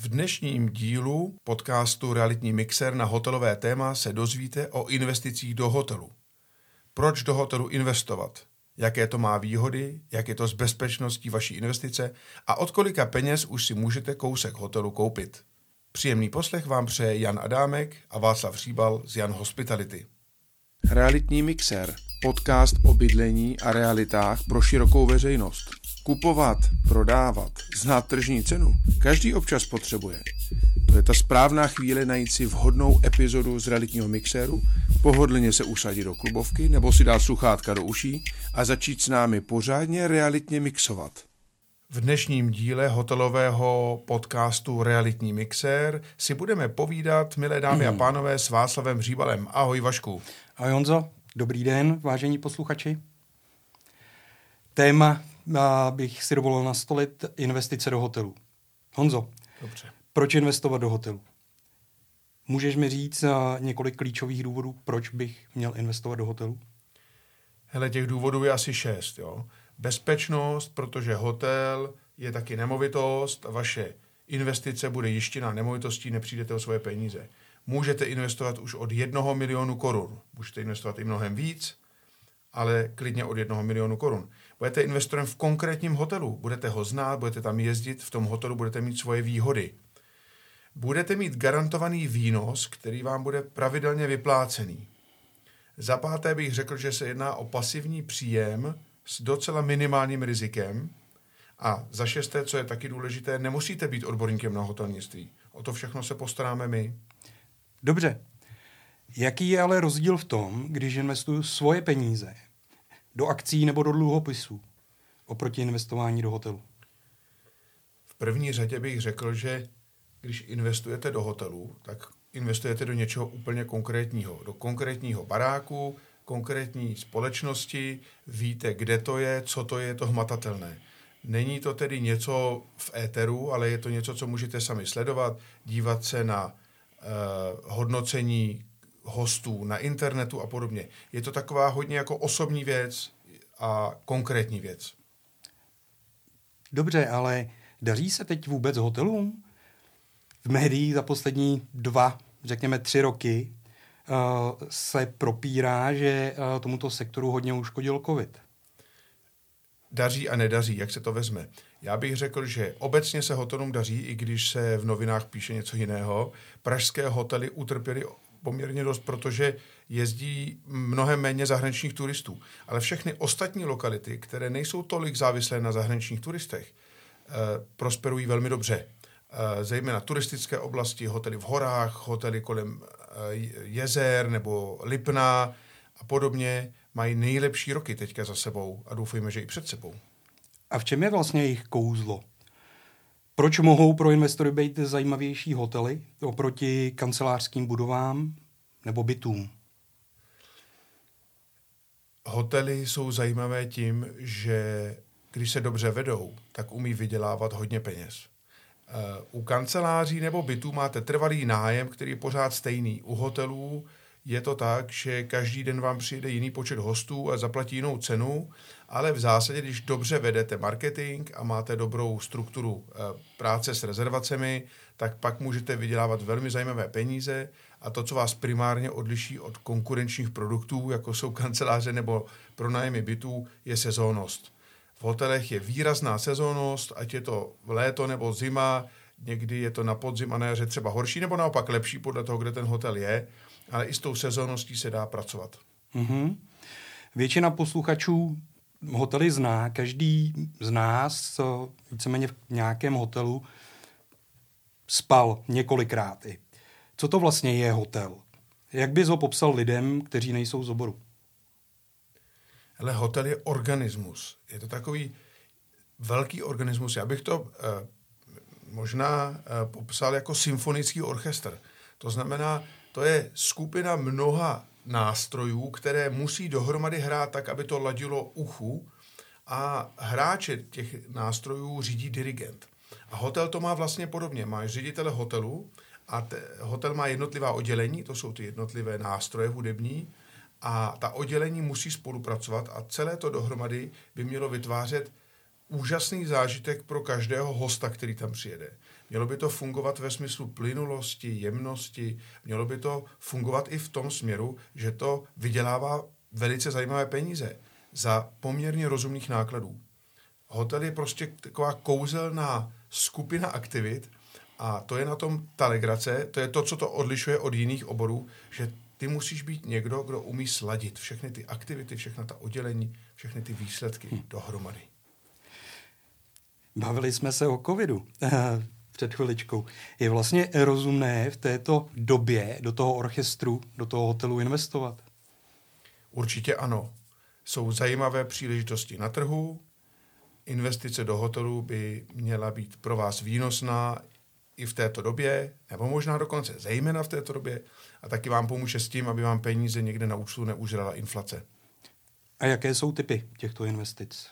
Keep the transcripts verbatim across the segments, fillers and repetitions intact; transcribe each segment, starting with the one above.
V dnešním dílu podcastu Realitní mixer na hotelové téma se dozvíte o investicích do hotelu. Proč do hotelu investovat? Jaké to má výhody? Jak je to s bezpečností vaší investice? A od kolika peněz už si můžete kousek hotelu koupit? Příjemný poslech vám přeje Jan Adámek a Václav Hříbal z Jan Hospitality. Realitní mixer, podcast o bydlení a realitách pro širokou veřejnost. Kupovat, prodávat, znát tržní cenu, každý občas potřebuje. To je ta správná chvíle najít si vhodnou epizodu z realitního mixéru, pohodlně se usadit do klubovky nebo si dát sluchátka do uší a začít s námi pořádně realitně mixovat. V dnešním díle hotelového podcastu Realitní mixér si budeme povídat, milé dámy a pánové, s Václavem Hříbalem. Ahoj Vašku. Ahoj Honzo, dobrý den, vážení posluchači. Téma bych si dovolil nastolit investice do hotelu. Honzo, Dobře. Proč investovat do hotelu? Můžeš mi říct několik klíčových důvodů, proč bych měl investovat do hotelu? Hele, těch důvodů je asi šest. Jo? Bezpečnost, protože hotel je taky nemovitost, vaše investice bude jištěná nemovitostí, nepřijdete o svoje peníze. Můžete investovat už od jednoho milionu korun. Můžete investovat i mnohem víc, ale klidně od jednoho milionu korun. Budete investorem v konkrétním hotelu, budete ho znát, budete tam jezdit, v tom hotelu budete mít svoje výhody. Budete mít garantovaný výnos, který vám bude pravidelně vyplácený. Za páté bych řekl, že se jedná o pasivní příjem s docela minimálním rizikem. A za šesté, co je taky důležité, nemusíte být odborníkem na hotelnictví. O to všechno se postaráme my. Dobře. Jaký je ale rozdíl v tom, když investuju svoje peníze do akcí nebo do dluhopisů oproti investování do hotelu? V první řadě bych řekl, že když investujete do hotelu, tak investujete do něčeho úplně konkrétního. Do konkrétního baráku, konkrétní společnosti, víte, kde to je, co to je, je to hmatatelné. Není to tedy něco v éteru, ale je to něco, co můžete sami sledovat, dívat se na uh, hodnocení hostů na internetu a podobně. Je to taková hodně jako osobní věc a konkrétní věc. Dobře, ale daří se teď vůbec hotelům? V médiích za poslední dva, řekněme tři roky uh, se propírá, že uh, tomuto sektoru hodně uškodil covid. Daří a nedaří, jak se to vezme. Já bych řekl, že obecně se hotelům daří, i když se v novinách píše něco jiného. Pražské hotely utrpěly poměrně dost, protože jezdí mnohem méně zahraničních turistů. Ale všechny ostatní lokality, které nejsou tolik závislé na zahraničních turistech, eh, prosperují velmi dobře. Eh, zejména turistické oblasti, hotely v horách, hotely kolem eh, jezer nebo Lipna a podobně mají nejlepší roky teďka za sebou a doufejme, že i před sebou. A v čem je vlastně jejich kouzlo? Proč mohou pro investory být zajímavější hotely oproti kancelářským budovám nebo bytům? Hotely jsou zajímavé tím, že když se dobře vedou, tak umí vydělávat hodně peněz. U kanceláří nebo bytů máte trvalý nájem, který je pořád stejný. U hotelů je to tak, že každý den vám přijde jiný počet hostů a zaplatí jinou cenu, ale v zásadě, když dobře vedete marketing a máte dobrou strukturu práce s rezervacemi, tak pak můžete vydělávat velmi zajímavé peníze a to, co vás primárně odliší od konkurenčních produktů, jako jsou kanceláře nebo pronájmy bytů, je sezónnost. V hotelech je výrazná sezónnost, ať je to léto nebo zima, někdy je to na podzim a na jaře třeba horší nebo naopak lepší podle toho, kde ten hotel je, ale i s tou sezónností se dá pracovat. Mm-hmm. Většina posluchačů hotely zná. Každý z nás víceméně v nějakém hotelu spal několikrát. Co to vlastně je hotel? Jak bys ho popsal lidem, kteří nejsou z oboru? Hele, hotel je organismus. Je to takový velký organismus. Já bych to eh, možná eh, popsal jako symfonický orchestr. To znamená, to je skupina mnoha nástrojů, které musí dohromady hrát tak, aby to ladilo uchu a hráče těch nástrojů řídí dirigent. A hotel to má vlastně podobně. Máš ředitele hotelu a te, hotel má jednotlivá oddělení, to jsou ty jednotlivé nástroje hudební a ta oddělení musí spolupracovat a celé to dohromady by mělo vytvářet úžasný zážitek pro každého hosta, který tam přijede. Mělo by to fungovat ve smyslu plynulosti, jemnosti, mělo by to fungovat i v tom směru, že to vydělává velice zajímavé peníze za poměrně rozumných nákladů. Hotel je prostě taková kouzelná skupina aktivit a to je na tom ta legrace, to je to, co to odlišuje od jiných oborů, že ty musíš být někdo, kdo umí sladit všechny ty aktivity, všechna ta oddělení, všechny ty výsledky hm. dohromady. Bavili jsme se o covidu před chviličkou. Je vlastně rozumné v této době do toho orchestru, do toho hotelu investovat? Určitě ano. Jsou zajímavé příležitosti na trhu. Investice do hotelu by měla být pro vás výnosná i v této době, nebo možná dokonce zejména v této době, a taky vám pomůže s tím, aby vám peníze někde na účtu neužrala inflace. A jaké jsou typy těchto investic?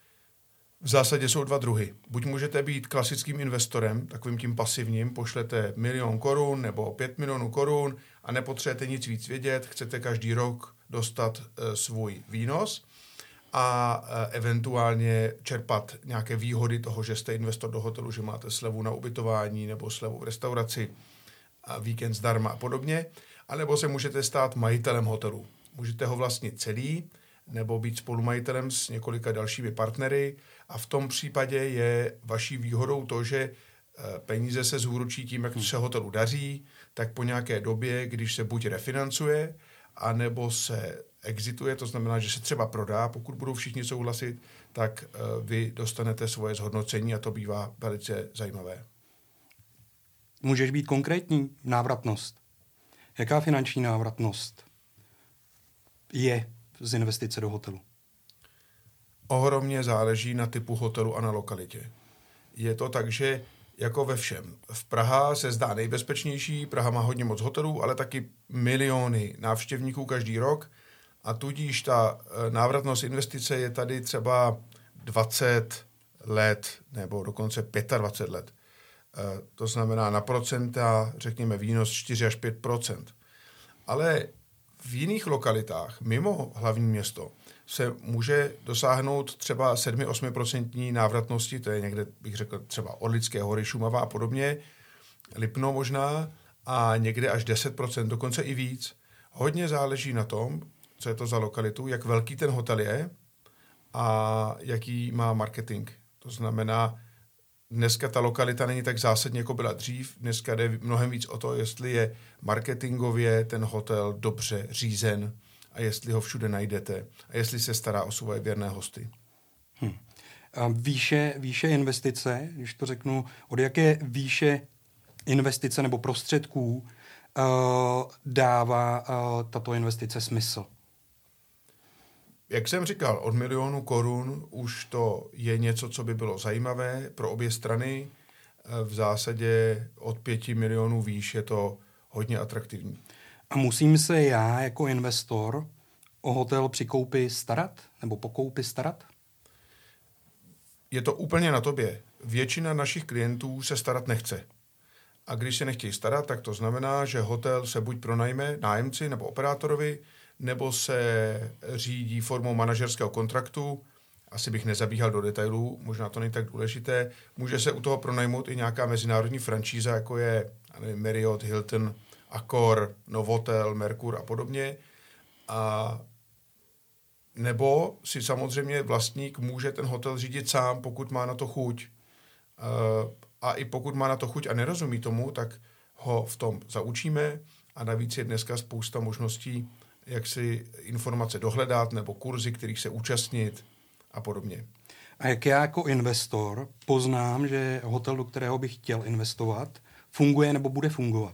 V zásadě jsou dva druhy. Buď můžete být klasickým investorem, takovým tím pasivním, pošlete milion korun nebo pět milionů korun a nepotřebujete nic víc vědět, chcete každý rok dostat e, svůj výnos a e, eventuálně čerpat nějaké výhody toho, že jste investor do hotelu, že máte slevu na ubytování nebo slevu v restauraci, a víkend zdarma a podobně. A nebo se můžete stát majitelem hotelu. Můžete ho vlastnit celý, nebo být spolumajitelem s několika dalšími partnery a v tom případě je vaší výhodou to, že peníze se zúročí tím, jak se hotelu daří, tak po nějaké době, když se buď refinancuje, anebo se exituje, to znamená, že se třeba prodá, pokud budou všichni souhlasit, tak vy dostanete svoje zhodnocení a to bývá velice zajímavé. Můžeš být konkrétní? Návratnost. Jaká finanční návratnost je z investice do hotelu? Ohromně záleží na typu hotelu a na lokalitě. Je to tak, že jako ve všem. V Praha se zdá nejbezpečnější, Praha má hodně moc hotelů, ale taky miliony návštěvníků každý rok a tudíž ta návratnost investice je tady třeba dvacet let nebo dokonce dvacet pět let. To znamená na procenta, řekněme výnos čtyři až pět procent. Ale v jiných lokalitách, mimo hlavní město, se může dosáhnout třeba sedm až osm procent návratnosti, to je někde, bych řekl, třeba Orlické hory, Šumava a podobně, Lipno možná, a někde až deset procent, dokonce i víc. Hodně záleží na tom, co je to za lokalitu, jak velký ten hotel je a jaký má marketing. To znamená, dneska ta lokalita není tak zásadně, jako byla dřív. Dneska jde mnohem víc o to, jestli je marketingově ten hotel dobře řízen a jestli ho všude najdete a jestli se stará o svoje věrné hosty. Hm. A výše, výše investice, když to řeknu, od jaké výše investice nebo prostředků uh, dává uh, tato investice smysl? Jak jsem říkal, od milionu korun už to je něco, co by bylo zajímavé pro obě strany. V zásadě od pěti milionů výš je to hodně atraktivní. A musím se já jako investor o hotel při koupi starat? Nebo po koupi starat? Je to úplně na tobě. Většina našich klientů se starat nechce. A když se nechtějí starat, tak to znamená, že hotel se buď pronajme nájemci nebo operátorovi, nebo se řídí formou manažerského kontraktu. Asi bych nezabíhal do detailů, možná to není tak důležité. Může se u toho pronajmout i nějaká mezinárodní franšíza, jako je nevím, Marriott, Hilton, Accor, Novotel, Mercure a podobně. A nebo si samozřejmě vlastník může ten hotel řídit sám, pokud má na to chuť. A i pokud má na to chuť a nerozumí tomu, tak ho v tom zaučíme a navíc je dneska spousta možností, jak si informace dohledat nebo kurzy, kterých se účastnit a podobně. A jak já jako investor poznám, že hotel, do kterého bych chtěl investovat, funguje nebo bude fungovat?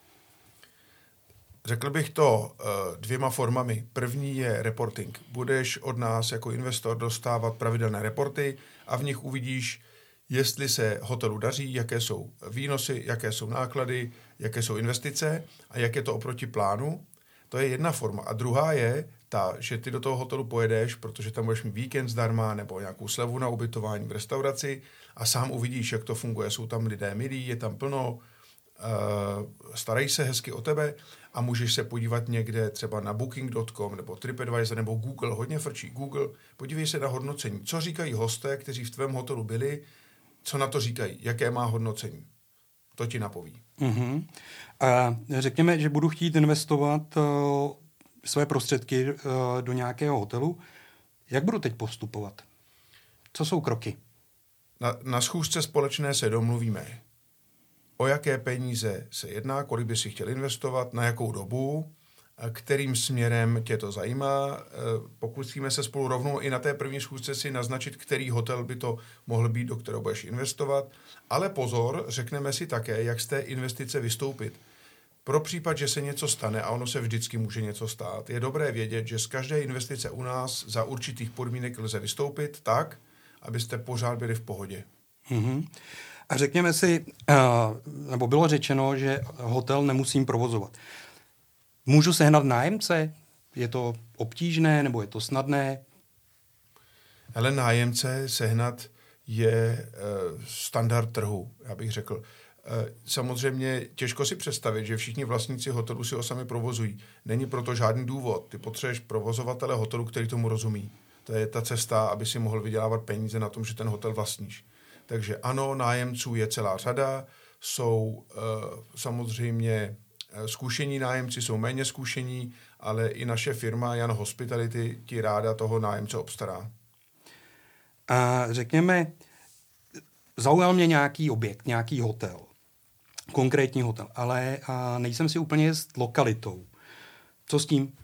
Řekl bych to uh, dvěma formami. První je reporting. Budeš od nás jako investor dostávat pravidelné reporty a v nich uvidíš, jestli se hotelu daří, jaké jsou výnosy, jaké jsou náklady, jaké jsou investice a jak je to oproti plánu. To je jedna forma. A druhá je ta, že ty do toho hotelu pojedeš, protože tam budeš mít víkend zdarma nebo nějakou slevu na ubytování v restauraci a sám uvidíš, jak to funguje. Jsou tam lidé milí, je tam plno, uh, starají se hezky o tebe a můžeš se podívat někde třeba na booking tečka com nebo TripAdvisor nebo Google, hodně frčí Google. Podívej se na hodnocení. Co říkají hosté, kteří v tvém hotelu byli, co na to říkají, jaké má hodnocení. To ti napoví. Uh-huh. A řekněme, že budu chtít investovat uh, své prostředky uh, do nějakého hotelu. Jak budu teď postupovat? Co jsou kroky? Na, na schůzce společné se domluvíme, o jaké peníze se jedná, kolik by si chtěl investovat, na jakou dobu, kterým směrem tě to zajímá. Pokusíme se spolu rovnou i na té první schůzce si naznačit, který hotel by to mohl být, do kterého budeš investovat. Ale pozor, řekneme si také, jak z té investice vystoupit. Pro případ, že se něco stane, a ono se vždycky může něco stát, je dobré vědět, že z každé investice u nás za určitých podmínek lze vystoupit tak, abyste pořád byli v pohodě. Mm-hmm. A řekněme si, uh, nebo bylo řečeno, že hotel nemusím provozovat. Můžu sehnat nájemce? Je to obtížné nebo je to snadné? Ale nájemce sehnat je uh, standard trhu, já bych řekl. Uh, samozřejmě těžko si představit, že všichni vlastníci hotelu si ho sami provozují. Není proto žádný důvod. Ty potřebuješ provozovatele hotelu, který tomu rozumí. To je ta cesta, aby si mohl vydělávat peníze na tom, že ten hotel vlastníš. Takže ano, nájemců je celá řada, jsou uh, samozřejmě uh, zkušení nájemci, jsou méně zkušení, ale i naše firma Jan Hospitality ti ráda toho nájemce obstará. A řekněme, zaujal mě nějaký objekt, nějaký hotel, konkrétní hotel, ale a nejsem si úplně s lokalitou. Co s tím?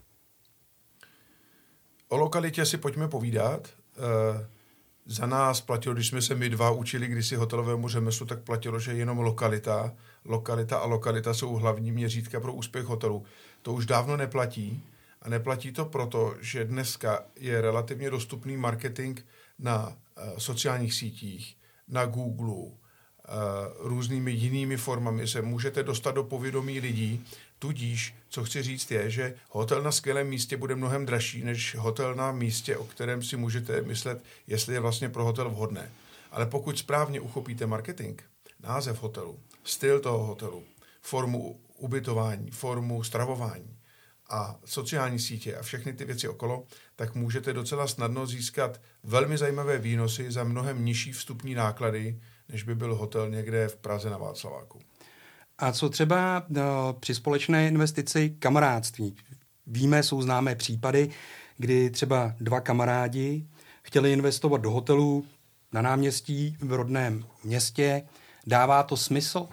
O lokalitě si pojďme povídat. Uh, Za nás platilo, když jsme se my dva učili kdysi hotelovému řemeslu, tak platilo, že jenom lokalita, lokalita a lokalita jsou hlavní měřítka pro úspěch hotelu. To už dávno neplatí a neplatí to proto, že dneska je relativně dostupný marketing na uh, sociálních sítích, na Google, uh, různými jinými formami se můžete dostat do povědomí lidí. Tudíž, co chci říct je, že hotel na skvělém místě bude mnohem dražší než hotel na místě, o kterém si můžete myslet, jestli je vlastně pro hotel vhodné. Ale pokud správně uchopíte marketing, název hotelu, styl toho hotelu, formu ubytování, formu stravování a sociální sítě a všechny ty věci okolo, tak můžete docela snadno získat velmi zajímavé výnosy za mnohem nižší vstupní náklady, než by byl hotel někde v Praze na Václaváku. A co třeba uh, při společné investici kamarádství? Víme, jsou známé případy, kdy třeba dva kamarádi chtěli investovat do hotelu na náměstí v rodném městě. Dává to smysl?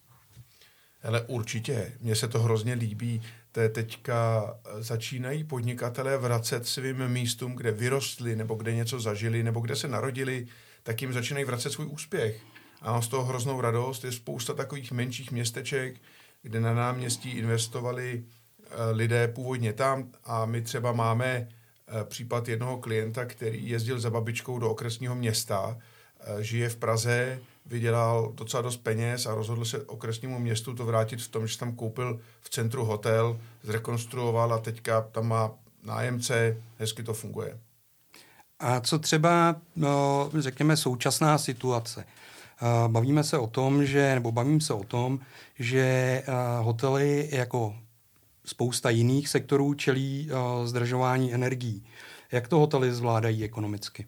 Ale určitě. Mně se to hrozně líbí. Te teďka začínají podnikatelé vracet svým místům, kde vyrostli, nebo kde něco zažili, nebo kde se narodili, tak jim začínají vracet svůj úspěch. A mám z toho hroznou radost. Je spousta takových menších městeček, kde na náměstí investovali lidé původně tam a my třeba máme případ jednoho klienta, který jezdil za babičkou do okresního města, žije v Praze, vydělal docela dost peněz a rozhodl se okresnímu městu to vrátit v tom, že tam koupil v centru hotel, zrekonstruoval a teďka tam má nájemce, hezky to funguje. A co třeba, no, řekněme, současná situace? Bavíme se o tom, že, nebo bavím se o tom, že hotely jako spousta jiných sektorů čelí zdražování energií. Jak to hotely zvládají ekonomicky?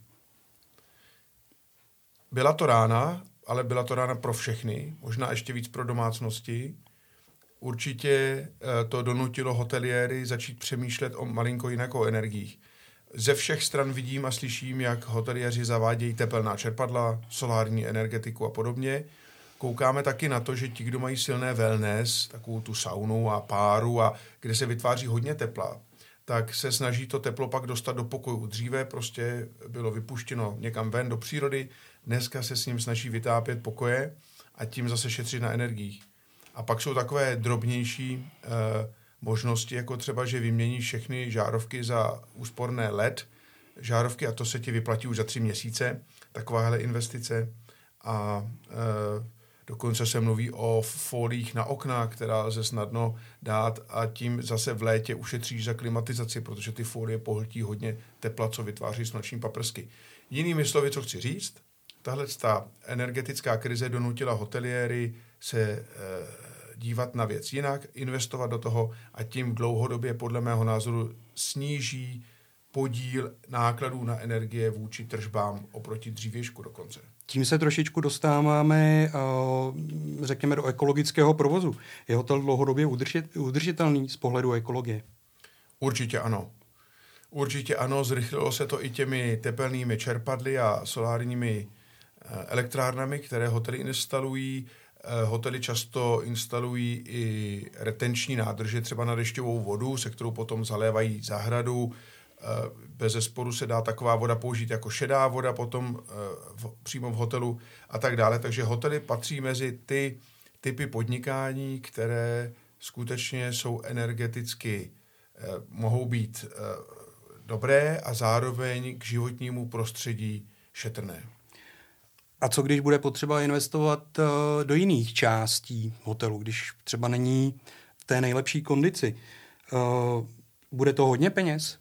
Byla to rána, ale byla to rána pro všechny, možná ještě víc pro domácnosti. Určitě to donutilo hoteliéry začít přemýšlet o malinko jinak o energiích. Ze všech stran vidím a slyším, jak hoteliéři zavádějí tepelná čerpadla, solární energetiku a podobně. Koukáme taky na to, že ti, kdo mají silné wellness, takovou tu saunu a páru, a kde se vytváří hodně tepla, tak se snaží to teplo pak dostat do pokoju. Dříve prostě bylo vypuštěno někam ven do přírody, dneska se s ním snaží vytápět pokoje a tím zase šetřit na energiích. A pak jsou takové drobnější eh, možnosti, jako třeba, že vyměníš všechny žárovky za úsporné L E D žárovky a to se ti vyplatí už za tři měsíce, takováhle investice. A e, dokonce se mluví o foliích na okna, která lze snadno dát a tím zase v létě ušetříš za klimatizaci, protože ty folie pohltí hodně tepla, co vytváří sluneční paprsky. Jinými slovy, co chci říct, tahle ta energetická krize donutila hoteliéry se e, dívat na věc jinak, investovat do toho a tím dlouhodobě podle mého názoru sníží podíl nákladů na energie vůči tržbám oproti dřívějšku dokonce. Tím se trošičku dostáváme, řekněme, do ekologického provozu. Je hotel dlouhodobě udržitelný z pohledu ekologie? Určitě ano. Určitě ano, zrychlilo se to i těmi tepelnými čerpadly a solárními elektrárnami, které hotely instalují. Hotely často instalují i retenční nádrže, třeba na dešťovou vodu, se kterou potom zalévají zahradu. Bezesporu se dá taková voda použít jako šedá voda potom v, přímo v hotelu a tak dále. Takže hotely patří mezi ty typy podnikání, které skutečně jsou energeticky, eh, mohou být eh, dobré a zároveň k životnímu prostředí šetrné. A co když bude potřeba investovat uh, do jiných částí hotelu, když třeba není v té nejlepší kondici? Uh, bude to hodně peněz?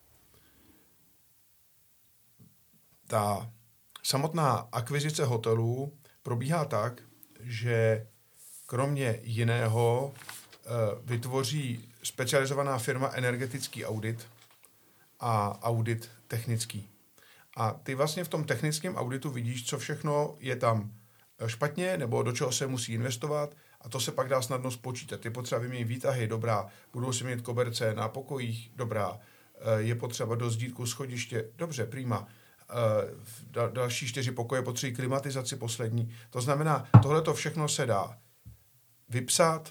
Ta samotná akvizice hotelů probíhá tak, že kromě jiného uh, vytvoří specializovaná firma energetický audit a audit technický. A ty vlastně v tom technickém auditu vidíš, co všechno je tam špatně, nebo do čeho se musí investovat, a to se pak dá snadno spočítat. Je potřeba vyměnit výtahy, dobrá, budou se měnit koberce na pokojích, dobrá, je potřeba dozdít kus schodiště, dobře, prima. Další čtyři pokoje potřebují klimatizaci poslední. To znamená, tohle to všechno se dá vypsat,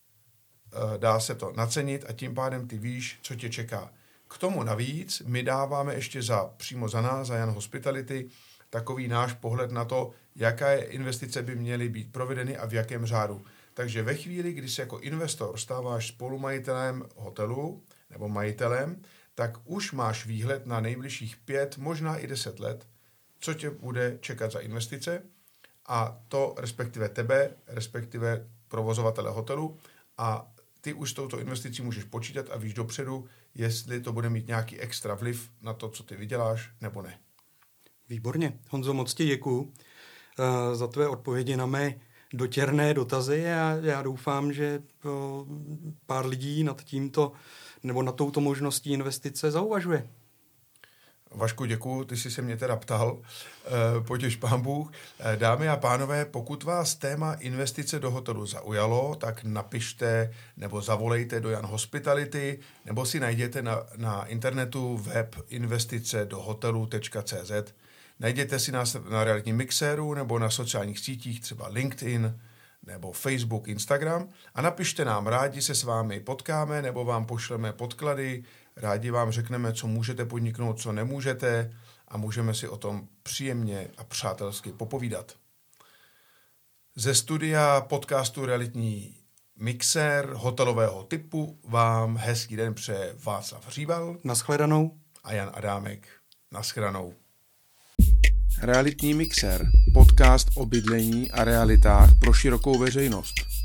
dá se to nacenit a tím pádem ty víš, co tě čeká. K tomu navíc my dáváme ještě za, přímo za nás, za Jan Hospitality, takový náš pohled na to, jaké investice by měly být provedeny a v jakém řádu. Takže ve chvíli, kdy se jako investor stáváš spolumajitelem hotelu nebo majitelem, tak už máš výhled na nejbližších pět, možná i deset let, co tě bude čekat za investice, a to respektive tebe, respektive provozovatele hotelu, a ty už s touto investicí můžeš počítat a víš dopředu, jestli to bude mít nějaký extra vliv na to, co ty vyděláš, nebo ne. Výborně. Honzo, moc ti děkuju uh, za tvé odpovědi na mé dotěrné dotazy a já doufám, že uh, pár lidí nad tímto nebo nad touto možností investice zauvažuje. Vašku, děkuju, ty jsi se mě teda ptal, e, potěš pán Bůh. E, dámy a pánové, pokud vás téma investice do hotelu zaujalo, tak napište nebo zavolejte do Jan Hospitality, nebo si najděte na, na internetu web investice do hotelu tečka cé zet. Najděte si nás na Realitním mixéru nebo na sociálních sítích, třeba LinkedIn nebo Facebook, Instagram, a napište nám, rádi se s vámi potkáme nebo vám pošleme podklady, rádi vám řekneme, co můžete podniknout, co nemůžete, a můžeme si o tom příjemně a přátelsky popovídat. Ze studia podcastu Realitní mixér hotelového typu vám hezký den přeje Václav Hříbal. Naschledanou. A Jan Adámek. Naschledanou. Realitní mixér. Podcast o bydlení a realitách pro širokou veřejnost.